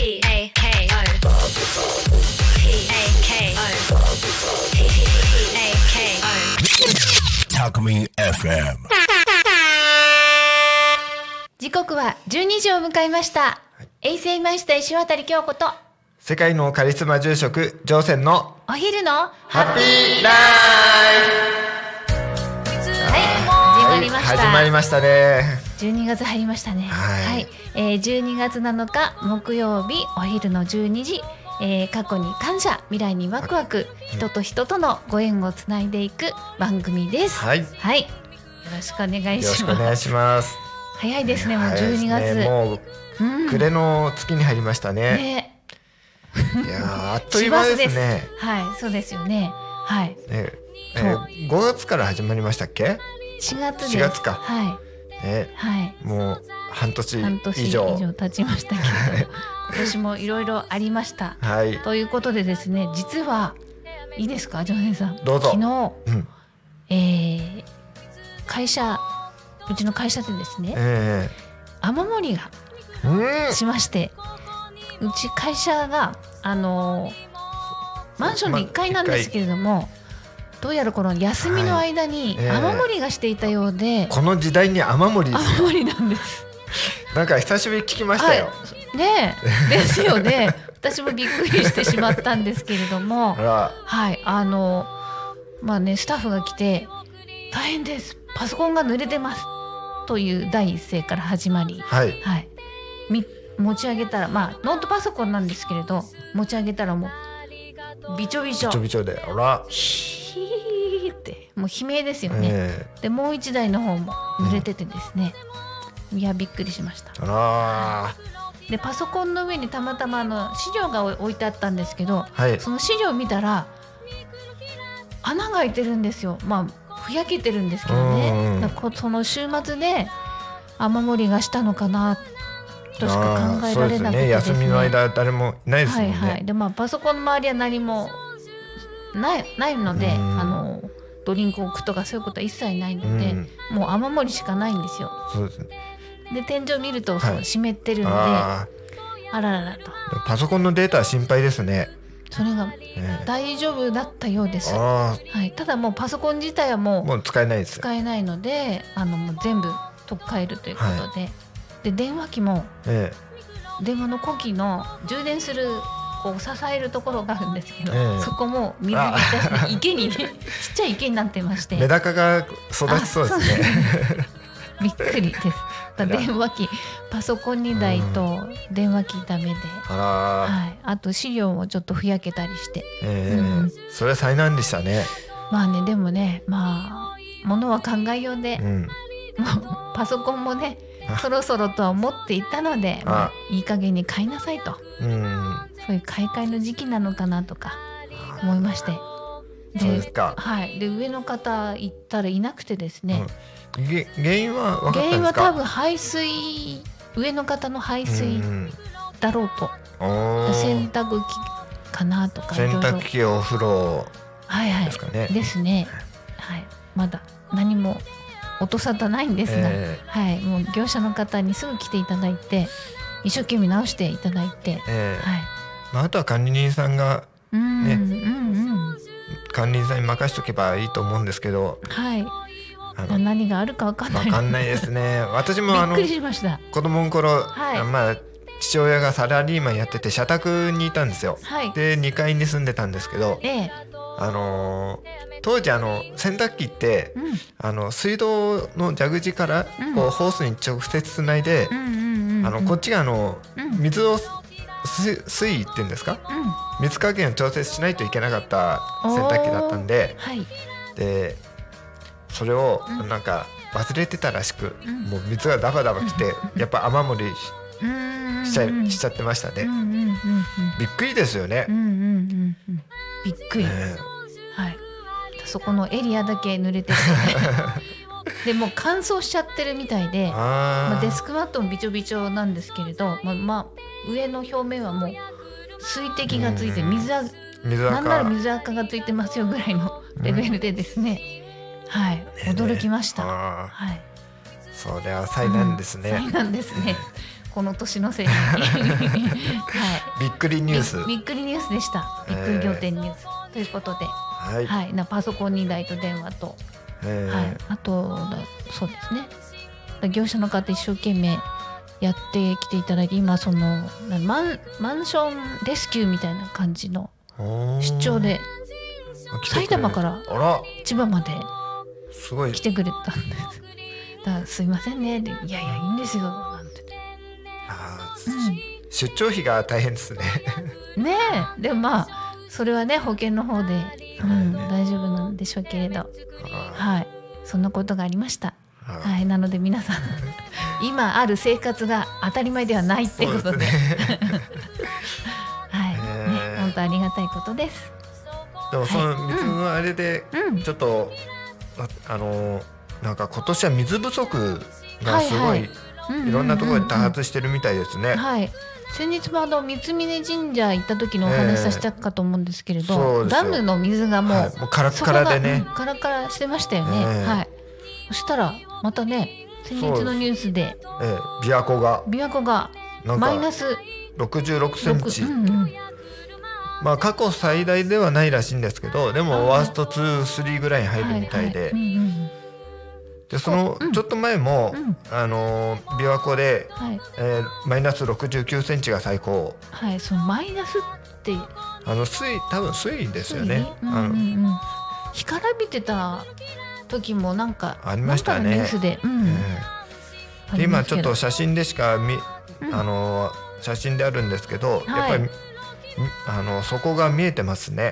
タコミン FM。 時刻は12時を迎えました。衛星マイスター石渡京子と世界のカリスマ住職乗船のお昼のハッピーライフ。 始まりましたね。 12月入りましたね。はい、12月7日木曜日お昼の12時、過去に感謝、未来にワクワク、人と人とのご縁をつないでいく番組です。はい、はい、よろしくお願いします。 よろしくお願いします。 早いですね、もう12月、 もう暮れの月に入りましたね。いやあっという間ですね。 はい、そうですよね。はい。 5月から始まりましたっけ ？4月です。 4月か。 はい。はい。 もう半年以上経ちましたけど、今年もいろいろありました。 はい。 ということでですね、実はいいですか、ジョネさん。 どうぞ。 昨日、うちの会社でですね、雨漏りがしまして。うち会社がマンションの1階なんですけれども、どうやらこの休みの間に雨漏りがしていたようで、 この時代に雨漏りですか？ 雨漏りなんです。 なんか久しぶりに聞きましたよ。 ねえ、ですよね。私もびっくりしてしまったんですけれども、はい、まあね、スタッフが来て大変です、パソコンが濡れてますという第一声から始まり、はい、はい、持ち上げたら、まあノートパソコンなんですけれど、持ち上げたらもうびちょびちょで、あら、ヒーってもう悲鳴ですよね。でもう一台の方も濡れててですね、いやびっくりしました。 あら、 でパソコンの上にたまたま資料が置いてあったんですけど、 はい、 その資料を見たら穴が開いてるんですよ。まあふやけてるんですけどね。だからその週末で雨漏りがしたのかなとしか考えられなくてですね。 休みの間誰もいないですもんね。 はいはい。でパソコンの周りは何もないので、ドリンクを置くとかそういうことは一切ないので、もう雨漏りしかないんですよ。 そうですね。 で天井見ると湿ってるので、あらららと。 パソコンのデータは心配ですね。 それが大丈夫だったようです。はい。ただもうパソコン自体はもう使えないです。 使えないので、もう全部取っ替えるということで。で電話機も、電話の子機の充電するこう支えるところがあるんですけど、そこも水浸しで池にちっちゃい池になってまして、 メダカが育ちそうですね。 びっくりです。電話機、パソコン2台と電話機ダメで、はい、あと資料もちょっとふやけたりして、 それは災難でしたね。 まあね、でもね、まあ物は考えようで、もうパソコンもねそろそろとは思っていたので、いい加減に買いなさいと、そういう買い替えの時期なのかなとか思いまして、 そうですか。 はい。で上の方行ったらいなくてですね、 原因は分かったんですか？原因は多分排水、上の方の排水だろうと。洗濯機かなとか、 洗濯機、お風呂ですかね。はいはい、ですね。 はい。まだ何も音沙汰ないんですが、はい、もう業者の方にすぐ来ていただいて、一生懸命直していただいて、はい。 あとは管理人さんがね、管理人さんに任せとけばいいと思うんですけど、はい。何があるか分かんないですね。私もびっくりしました。 子供の頃、まあ父親がサラリーマンやってて社宅にいたんですよ。で2階に住んでたんですけど、当時洗濯機って、水道の蛇口からこうホースに直接つないで、こっちが水を水位っていうんですか、水加減を調節しないといけなかった洗濯機だったんで、でそれをなんか忘れてたらしく、もう水がダバダバきて、やっぱ雨漏りしちゃってましたね。びっくりですよね。 びっくり。はい。そこのエリアだけ濡れてて、でもう乾燥しちゃってるみたいで、デスクマットもびちょびちょなんですけれど、上の表面はもう水滴がついて、なんなら水垢がついてますよぐらいのレベルでですね、はい、驚きました。はい。 それは災難ですね。 災難ですね。 この年のせいに、はい、 びっくりニュース。 びっくりニュースでした。びっくり仰天ニュース、ということで、 はいはい、パソコン2台と電話と、はい、あとそうですね、業者の方一生懸命やってきていただいて、今そのマンションレスキューみたいな感じの出張で埼玉から千葉まですごい来てくれたんです。だからすいませんね、いやいやいいんですよなんて。 出張費が大変ですね。 ねえ、でもまあそれはね保険の方で、大丈夫なんでしょうけれど、はい、そんなことがありました。はい、なので皆さん今ある生活が当たり前ではないっていうことで、はいね、本当ありがたいことです。 でもその水のあれでちょっと、なんか今年は水不足がすごいいろんなところで多発してるみたいですね。 はい、先日も三峯神社行った時のお話したかと思うんですけれど、ダムの水がもうカラッカラでね、 カラカラしてましたよね。はい、そしたらまたね、先日のニュースで琵琶湖がマイナス 66センチ、まあ過去最大ではないらしいんですけど、でもワースト2、3ぐらいに入るみたいで、でそのちょっと前も琵琶湖でマイナス69センチが最高。 はい、そのマイナスって多分水位ですよね。 干からびてた時もなんかありましたね。 ニュースで、 で今ちょっと写真でしか写真であるんですけど、やっぱり底が見えてますね。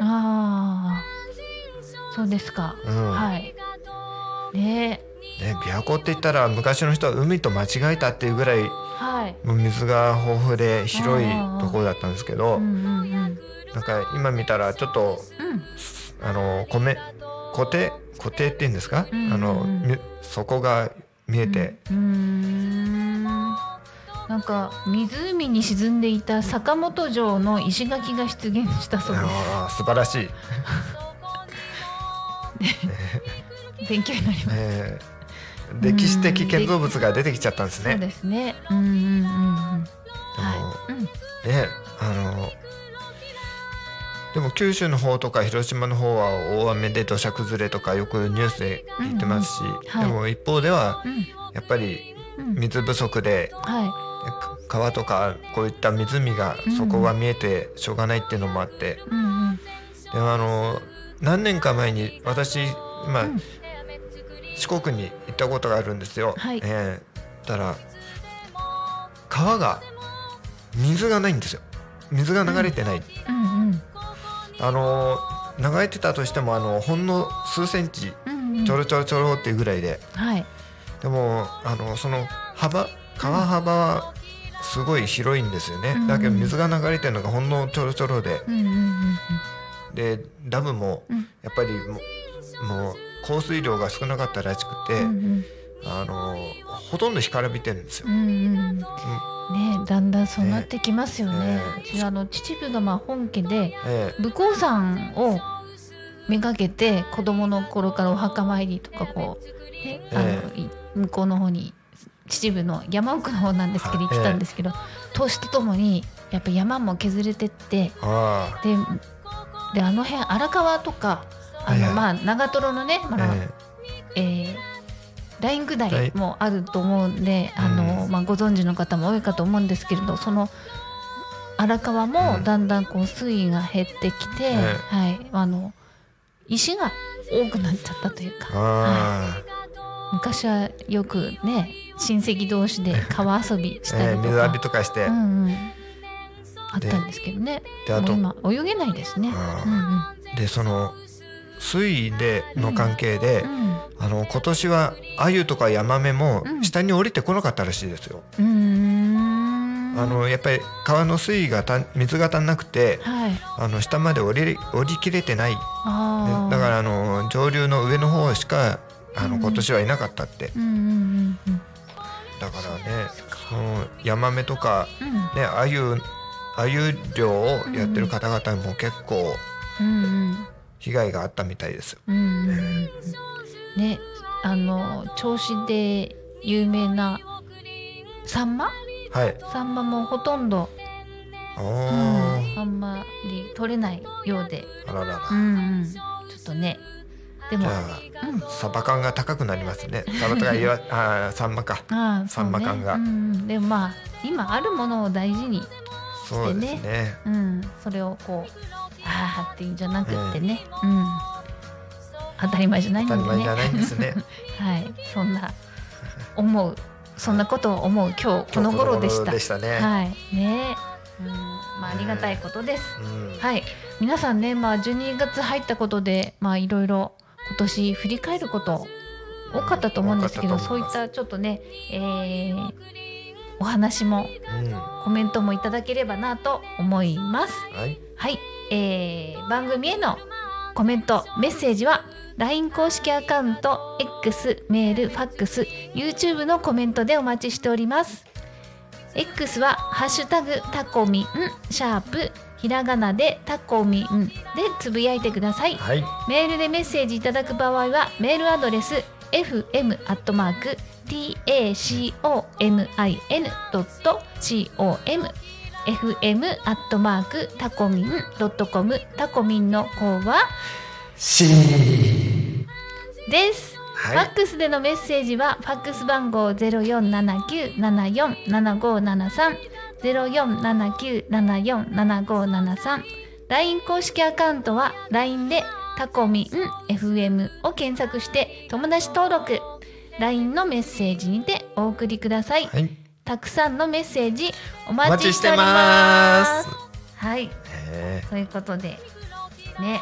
そうですか。はいね。 琵琶湖って言ったら昔の人は海と間違えたっていうぐらい、もう水が豊富で広いところだったんですけど、なんか今見たらちょっと固定っていうんですか、底が見えて、 なんか湖に沈んでいた坂本城の石垣が出現したそうです。 素晴らしい。 勉強になります。 歴史的建造物が出てきちゃったんですね。 そうですね。 でも九州の方とか広島の方は大雨で土砂崩れとかよくニュースで言ってますし、でも一方ではやっぱり水不足で川とかこういった湖が底が見えてしょうがないっていうのもあって、でも何年か前に私今四国に行ったことがあるんですよ。たら川が水がないんですよ。水が流れてない。流れてたとしてもほんの数センチちょろちょろちょろっていうぐらいで、でもその川幅はすごい広いんですよね。だけど水が流れてるのがほんのちょろちょろで、でダムもやっぱりもう降水量が少なかったらしくて、ほとんど干からびてるんですよ。 だんだんそうなってきますよね。秩父が本家で武甲山をめがけて子供の頃からお墓参りとか向こうの方に秩父の山奥の方なんですけど行ってたんですけど、年とともにやっぱ山も削れてって、で辺荒川とか長瀞のね、ライン下りもあると思うんで、ご存知の方も多いかと思うんですけれど、その荒川もだんだん水位が減ってきて、石が多くなっちゃったというか、昔はよくね親戚同士で川遊びしたりとか、 水浴びとかして、 あったんですけどね。もう今泳げないですね。 でその水位の関係で、今年は鮎とかヤマメも下に降りてこなかったらしいですよ。やっぱり川の水位が水が足んなくて、下まで降りきれてない。だから上流の上の方しか今年はいなかったって。だからね、そのヤマメとかね、鮎漁をやってる方々も結構被害があったみたいですよ。 ね、銚子で有名なサンマはい、 サンマもほとんど、あんまり取れないようで、 あららら、 ちょっとね、でもサバ缶が高くなりますね。サバとかサンマか、サンマ缶が、 でもまあ今あるものを大事にしてね、 そうですね、 それをこうっていうんじゃなくってね、当たり前じゃないんでね、 当たり前じゃないんですねはい、そんなことを思う今日この頃でした。 ね、 はいね、まあありがたいことです。はい、皆さんね、まあ12月入ったことで、まあいろいろ今年振り返ること多かったと思うんですけど、そういったちょっとね、お話も、コメントもいただければなと思います。はい、番組へのコメントメッセージは LINE 公式アカウント X、メール、ファックス、YouTube のコメントでお待ちしております。 X はハッシュタグタコミン#ひらがなでタコミンでつぶやいてください。メールでメッセージいただく場合はメールアドレス fm@tacomin.com fm@tacomin.com タコミンの方はです。ファックスでのメッセージはファックス番号 0479747573 0479747573 LINE 公式アカウントは LINE でタコミン FM を検索して友達登録 LINE のメッセージにてお送りください。たくさんのメッセージお待ちしております。はい、ということでね、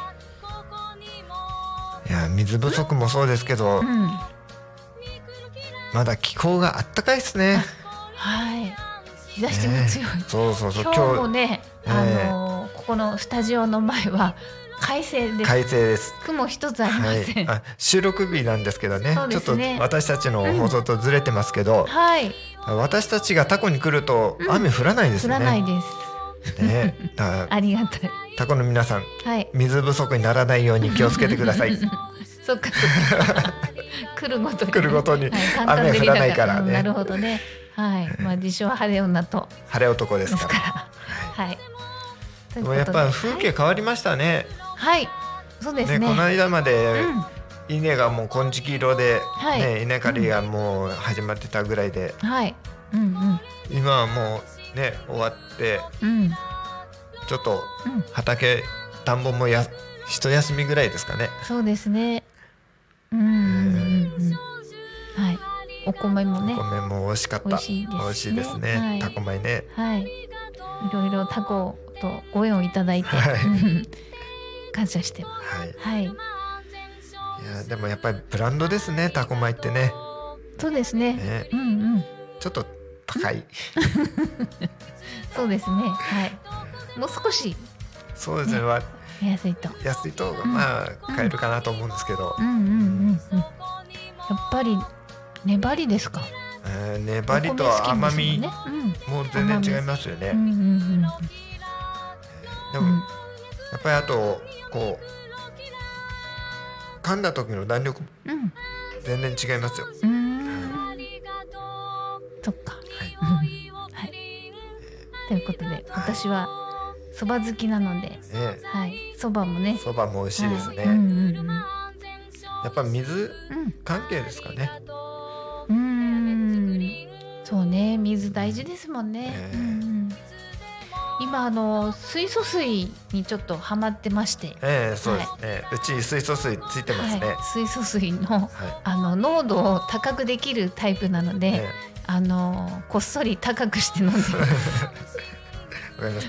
いや水不足もそうですけど、まだ気候があったかいですね。 はい、日差しも強い、 そう今日もね、ここのスタジオの前は快晴です。 快晴です。 雲一つありません。 収録日なんですけどね、 ちょっと私たちの放送とずれてますけど、私たちがタコに来ると雨降らないですね。 降らないです。ありがたい。 タコの皆さん、水不足にならないように気をつけてください。 そっか来るごとに雨降らないからね。 なるほどね。はい、まあ自称晴れ女と晴れ男ですから。 はい。 でもやっぱ風景変わりましたね。 はい、そうですね。 この間まで稲がもう金色色で、稲刈りがもう始まってたぐらいで、今はもうね終わって、ちょっと畑田んぼも一休みぐらいですかね。 そうですね。はい。お米もね。 お米も美味しかった。美味しいですね。タコ米ね。 はい。いろいろタコとご縁をいただいて、感謝してます。はい。いやでもやっぱりブランドですね、タコ米ってね。 そうですね。 ちょっと高い。 そうですね。はい。もう少し。 そうですね。安いとまあ買えるかなと思うんですけど。 やっぱり粘りですか。 粘りと甘みも全然違いますよね。でもやっぱりあとこう噛んだ時の弾力全然違いますよ。 そっか。ということで私はそば好きなので、そばもね。 そばも美味しいですね。やっぱ水関係ですかね。 そうね、水大事ですもんね。今水素水にちょっとハマってまして、 そうですね。うち水素水ついてますね。 水素水の濃度を高くできるタイプなので、こっそり高くして飲んでます。 わかります。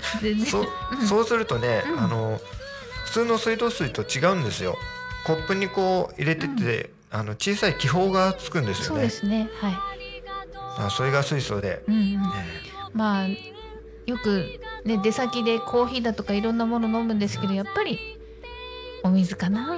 そうするとね、普通の水道水と違うんですよ。コップにこう入れてて、小さい気泡がつくんですよね。 そうですね。はい。 それが水素で、 まあよくね出先でコーヒーだとかいろんなもの飲むんですけど、やっぱりお水かな。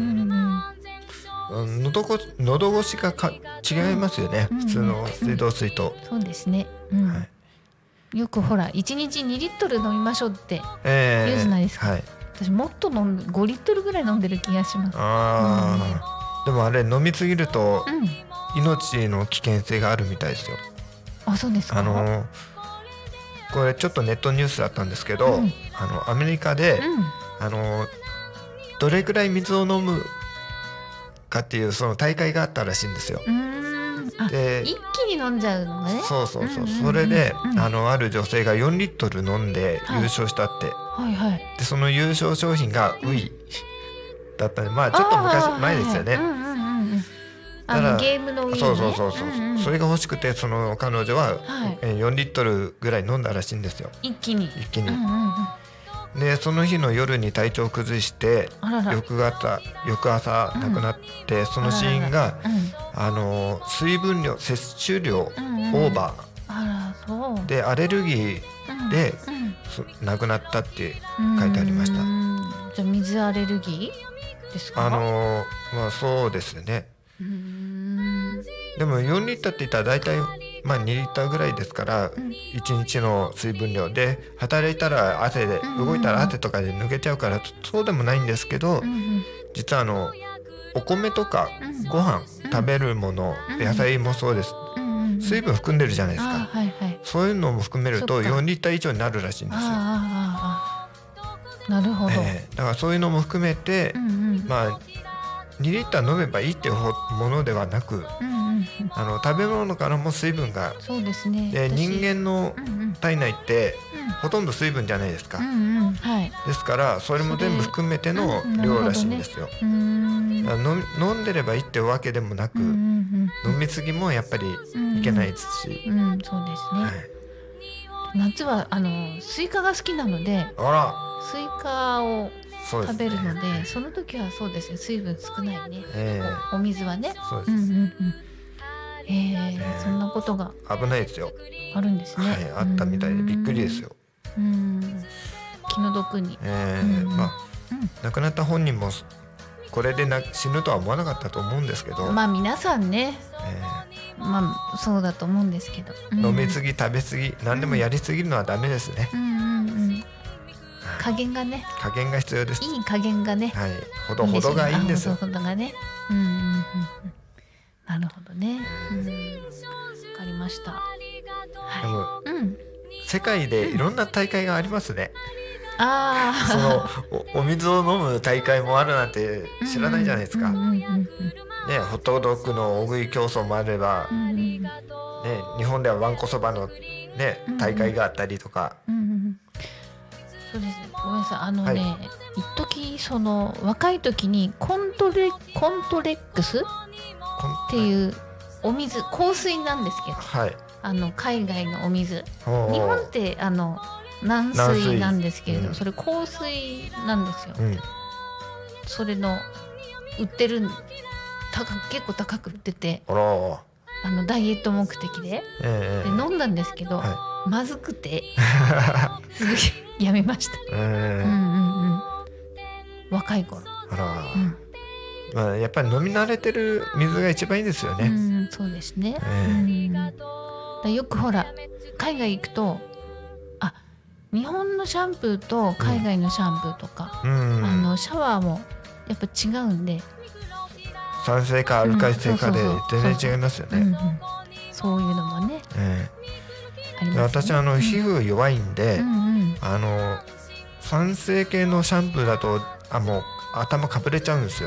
喉越しが違いますよね。普通の水道水と。 そうですね。よくほら1日2リットル飲みましょうって言うじゃないですか。私もっと5リットルぐらい飲んでる気がします。 でもあれ飲みすぎると命の危険性があるみたいですよ。 あ、そうですか。 これちょっとネットニュースだったんですけど、アメリカで、どれくらい水を飲むかっていうその大会があったらしいんですよ。 で一気に飲んじゃうのね。 そう、それで、ある女性が4リットル飲んで優勝したって、でその優勝商品がウイだったんで、まあちょっと前ですよね。 ゲームのウイね。 そう、それが欲しくてその彼女は4リットルぐらい飲んだらしいんですよ。 一気に。 でその日の夜に体調を崩して翌朝亡くなって、その死因が水分量摂取量オーバーでアレルギーで亡くなったって書いてありました。 じゃあ水アレルギーですか？ まあそうですね。でも4リッターって言ったら大体2リッターぐらいですから、1日の水分量で働いたら汗で動いたら汗とかで抜けちゃうからそうでもないんですけど、実はお米とかご飯食べるもの、野菜もそうです、水分含んでるじゃないですか。そういうのも含めると4リッター以上になるらしいんですよ。 なるほど。 だからそういうのも含めて、2リッター飲めばいいっていうものではなく、食べ物からも水分が、 そうですね。 で人間の体内ってほとんど水分じゃないですか。ですからそれも全部含めての量らしいんですよ。飲んでればいいってわけでもなく、飲みすぎもやっぱりいけないですし、 そうですね。夏はスイカが好きなので、スイカを食べるので、その時はそうですね、水分少ないね。お水はね。 そうです。 そんなことが危ないですよ。 あるんですね。 あったみたいでびっくりですよ。 気の毒に。 亡くなった本人もこれで死ぬとは思わなかったと思うんですけど。 皆さんね。そうだと思うんですけど。 飲みすぎ食べすぎ何でもやりすぎるのはダメですね。 加減がね。 加減が必要です。 いい加減がね。 ほどほどがいいんですよ。 ほどがね。なるほどね。わかりました。 でも世界でいろんな大会がありますね。そのお水を飲む大会もあるなんて知らないじゃないですか。ホットドッグの大食い競争もあれば、日本ではわんこそばの大会があったりとか。 そうですね。ごめんなさい。一時その若い時にコントレックスっていうお水、香水なんですけど、海外のお水、日本って軟水なんですけれど、それ香水なんですよ。それの売ってる結構高く売ってて、ダイエット目的で飲んだんですけど、まずくてすぐやめました。若い頃。 やっぱり飲み慣れてる水が一番いいですよね。 そうですね。よくほら海外行くと、日本のシャンプーと海外のシャンプーとか、シャワーもやっぱ違うんで、 酸性かアルカリ性かで全然違いますよね。 そういうのもね。 私皮膚弱いんで、酸性系のシャンプーだともう頭かぶれちゃうんですよ。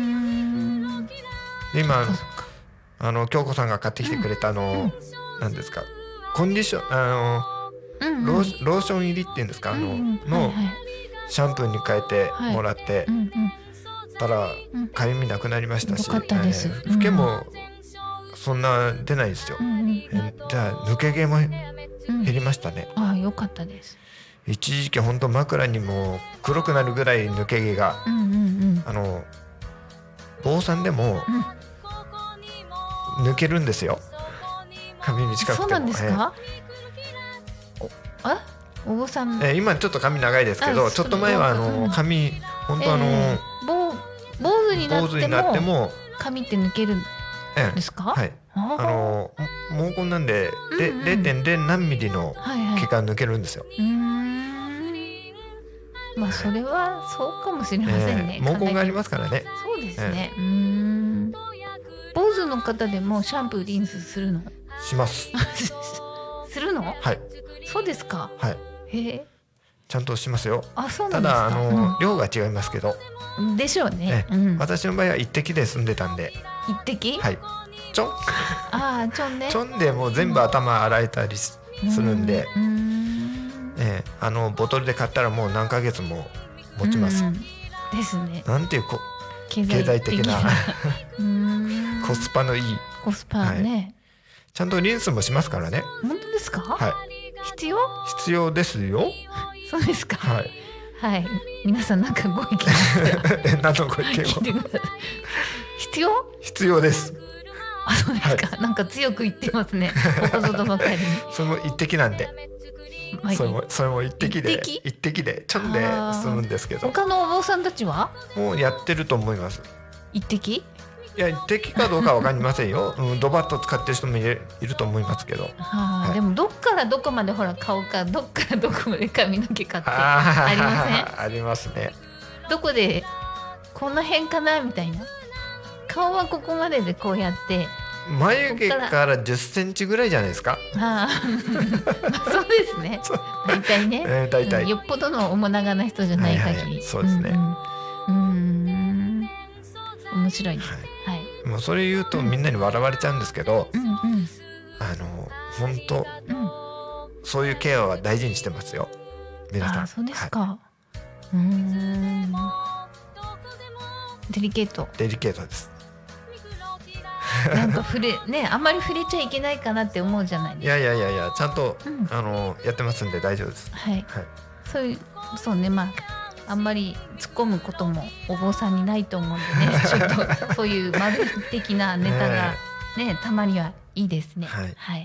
で今京子さんが買ってきてくれた何ですか、コンディションローション入りっていうんですか、のシャンプーに変えてもらってたらかゆみなくなりましたし、フケもそんな出ないですよ。じゃあ抜け毛も減りましたね。 よかったです。 一時期本当枕にも黒くなるぐらい抜け毛が、坊さんでも抜けるんですよ、髪短くても。 そうなんですか？お坊さん、 今ちょっと髪長いですけど、ちょっと前は髪本当坊主になっても髪って抜けるんですか？ 毛根なんで 0.0 何ミリの毛が抜けるんですよ。 それはそうかもしれませんね。 毛根がありますからね。 そうですね。坊主の方でもシャンプーリンスするの？ します。 するの？ はい。 そうですか。 はい。 へえ。 ちゃんとしますよ。 あ、そうなんですか。 ただ量が違いますけど。 でしょうね。 私の場合は一滴で済んでたんで。 一滴？ はい。ちょん。 ああ、ちょんね。 ちょんでもう全部頭洗えたりするんで。ボトルで買ったらもう何ヶ月も持ちます。 ですね。 なんていう経済的なコスパのいい。 コスパね。 ちゃんとリンスもしますからね。 本当ですか？ はい。必要ですよ。 そうですか。 はい。 はい。皆さんなんかご意見何のご意見を。必要です。 あ、そうですか。なんか強く言ってますね。ここぞとばかりに。 その一滴なんで。それも一滴でちょんで済むんですけど。 他のお坊さんたちは？ もうやってると思います。 一滴？ いや、一滴かどうかは分かりませんよ。ドバッと使ってる人もいると思いますけど。 でもどっからどこまでほら顔か、どっからどこまで髪の毛かってありません？ ありますね。 どこでこの辺かなみたいな。顔はここまででこうやって。 眉毛から10センチぐらいじゃないですか。 そうですね。大体ね。 大体。 よっぽどの面長な人じゃない限り。 そうですね。 面白いです。はい。 もうそれ言うとみんなに笑われちゃうんですけど、本当そういうケアは大事にしてますよ。皆さん。 そうですか。デリケートです。 なんかあんまり触れちゃいけないかなって思うじゃないですか。 いやちゃんとやってますんで大丈夫です。 はい。そうね、あんまり突っ込むこともお坊さんにないと思うんでね。ちょっとそういう丸的なネタがねたまにはいいですね。はい。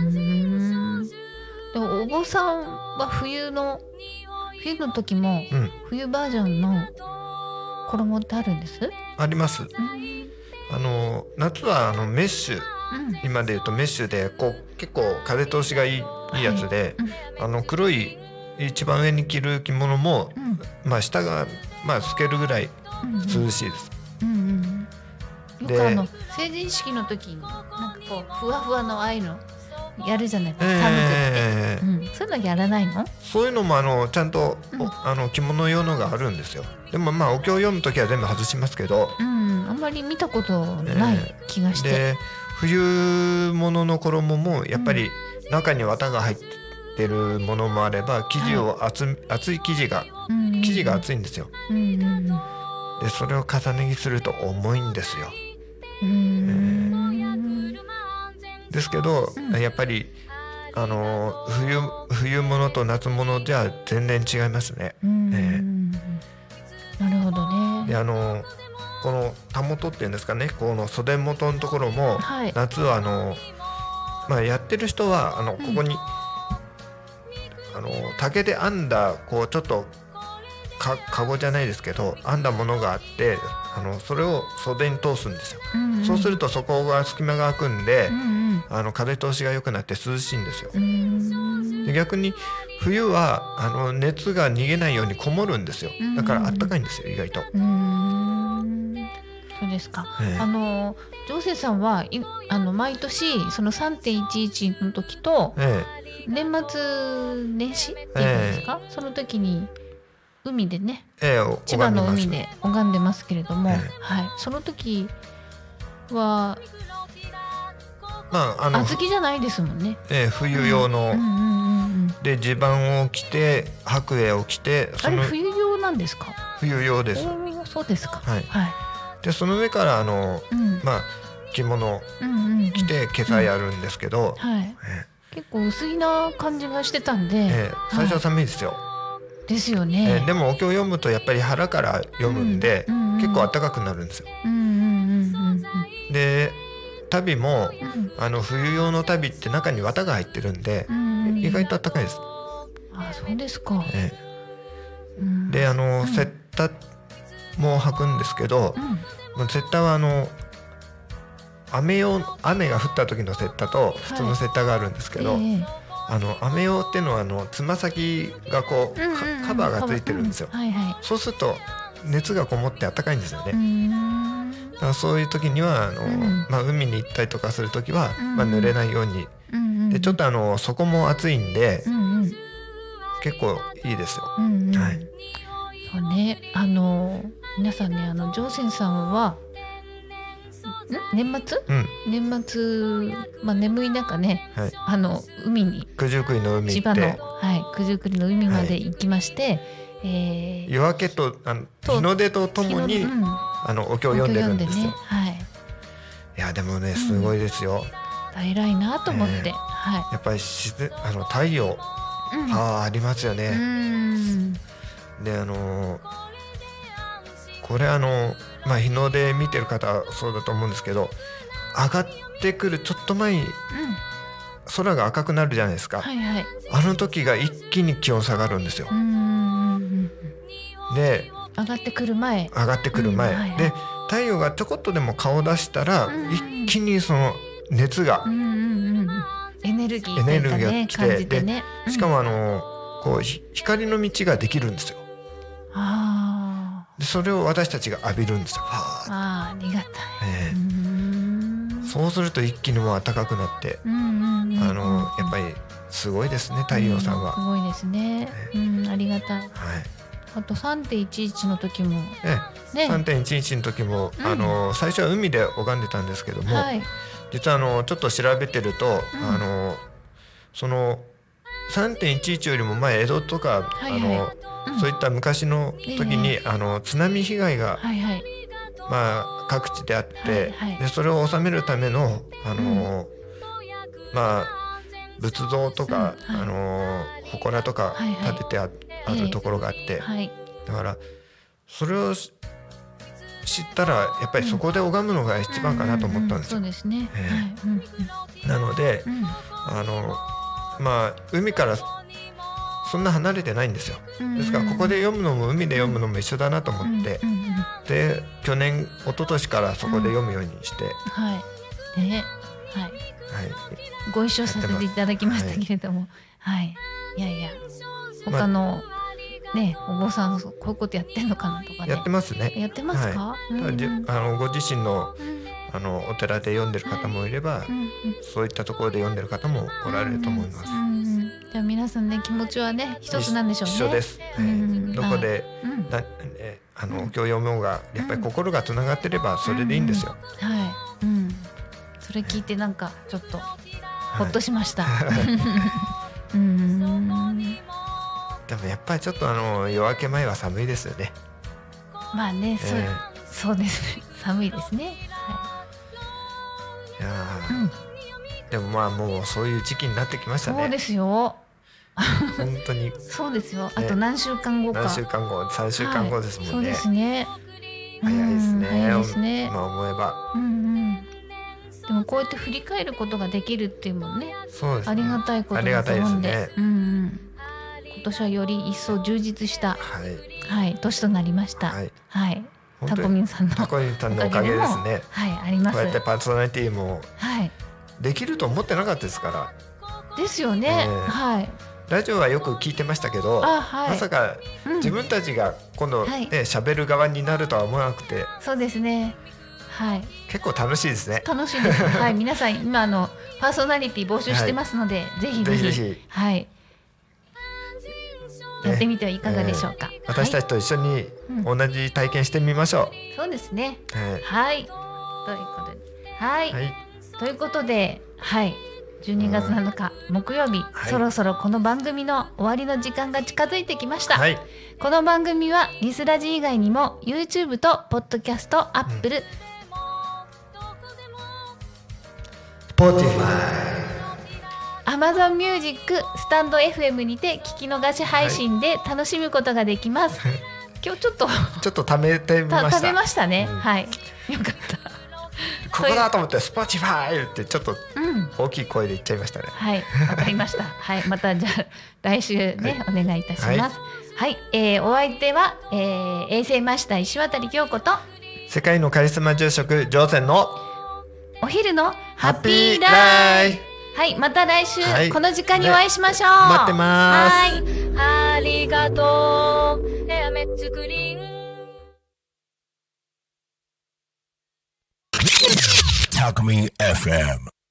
でもお坊さんは冬の時も冬バージョンの衣ってあるんです？ あります。夏はメッシュ、今で言うとメッシュで結構風通しがいいやつで、黒い一番上に着る着物も、下が透けるぐらい涼しいです。 よく成人式の時になんかふわふわのああいうのやるじゃないですか。寒くて、そういうのやらないの？ そういうのもちゃんと着物用のがあるんですよ。でもお経を読む時は全部外しますけど、 あんまり見たことない気がして。 で冬物の衣もやっぱり中に綿が入ってるものもあれば、厚い生地が厚いんですよ。でそれを重ね着すると重いんですよ。ですけど、やっぱり冬物と夏物じゃ全然違いますね。 なるほどね。 でこのたもとっていうんですかね、この袖元のところも、夏はやってる人はここに竹で編んだちょっとかごじゃないですけど編んだものがあって、それを袖に通すんですよ。そうするとそこが隙間が空くんで、風通しが良くなって涼しいんですよ。で逆に冬は熱が逃げないようにこもるんですよ。だから暖かいんですよ、意外と。 そうですか。常生さんは毎年その 3.11 の時と、年末年始っていうんですか、その時に海でね、千葉の海で拝んでますけれども、その時は小豆じゃないですもんね。 冬用の、で襦袢を着て白衣を着て、 あれ冬用なんですか？ 冬用です。 そうですか。 でその上から着物を着て今朝やるんですけど、 結構薄着な感じがしてたんで、 最初は寒いですよ。 ですよね。 でもお経を読むとやっぱり腹から読むんで、結構暖かくなるんですよ。で足袋も、冬用の足袋って中に綿が入ってるんで、意外と暖かいです。 そうですか。 でセッタも履くんですけど、セッタは雨が降った時のセッタと普通のセッタがあるんですけど、雨用っていうのはつま先がカバーがついてるんですよ。そうすると熱がこもって暖かいんですよね。だからそういう時には海に行ったりとかする時は、濡れないように、でちょっと底も厚いんで、 結構いいですよ。 うんうん、 はい。 そうね、皆さんね、常泉さんは年末、年末、眠い中ね、はい、海に九十九里の海千葉の、はい、九十九里の海まで行きまして、はい、 夜明けと日の出とともに、お経を読んでるんですよ。 はい、 いやでもねすごいですよ。 偉いなと思って、はい、 やっぱり太陽、パワーありますよね。でこれ日の出見てる方はそうだと思うんですけど、上がってくるちょっと前に、空が赤くなるじゃないですか、はいはい、あの時が一気に気温下がるんですよ。で上がってくる前、 はいはい、で太陽がちょこっとでも顔を出したら、一気にその熱が、 エネルギーがね感じてね、 しかもこう光の道ができるんですよ。でそれを私たちが浴びるんですよ。 ありがたい、 そうすると一気にもう暖かくなって、やっぱりすごいですね、太陽さんは。 すごいですね、ありがたい、はい、あと 3.11 の時も、 3.11 の時も、最初は海で拝んでたんですけども、はい、実はちょっと調べてると、その 3.11 よりも前江戸とか、そういった昔の時に、津波被害が、各地であって、でそれを収めるための仏像とか、祠とか建ててあるところがあって、だからそれを知ったらやっぱりそこで拝むのが一番かなと思ったんですよ。なので、海からそんな離れてないんですよ。ですからここで読むのも海で読むのも一緒だなと思って、で一昨年からそこで読むようにして、 ご一緒させていただきましたけれども、いやいや他のお坊さんこういうことやってんのかなとかね。 やってますね。 やってますか？ ご自身のお寺で読んでる方もいれば、そういったところで読んでる方もおられると思います。 じゃあ皆さんね、気持ちはね一つなんでしょうね。 一緒です。どこでお経を読もうがやっぱり心がつながってればそれでいいんですよ。 それ聞いてなんかちょっとほっとしました。 でもやっぱりちょっと夜明け前は寒いですよね。 まあね、そうですね、寒いですね。 いやでももうそういう時期になってきましたね。 そうですよ。 本当にそうですよ。あと何週間後か。 3週間後ですもんね。 そうですね。 早いですね。 早いですね。 今思えば。 でもこうやって振り返ることができるっていうもんね。 そうですね。 ありがたいことだと思うんで。 ありがたいですね。 今年はより一層充実した年となりました。タコミンさんのおかげですね。あります。 こうやってパーソナリティもできると思ってなかったですから。 ですよね。 ラジオはよく聞いてましたけど、まさか自分たちが今度喋る側になるとは思わなくて。 そうですね。 結構楽しいですね。 楽しいです。皆さん今パーソナリティ募集してますので、ぜひぜひやってみてはいかがでしょうか。 私たちと一緒に同じ体験してみましょう。そうですね。ということで、12月7日木曜日、そろそろこの番組の終わりの時間が近づいてきました。この番組はリスラジ以外にも YouTube とポッドキャスト、Apple、Amazon Music、スタンド FM にて聞き逃し配信で楽しむことができます。今日ちょっと貯めてみました。 食べましたね。よかった。 ここだと思ってSpotifyってちょっと大きい声で言っちゃいましたね。 わかりました。またじゃあ来週ね、お願いいたします。お相手は衛星マスター石渡京子と世界のカリスマ住職常泉のお昼のハッピーライフ。また来週この時間にお会いしましょう。 待ってます。 ありがとう。 Talk Me FM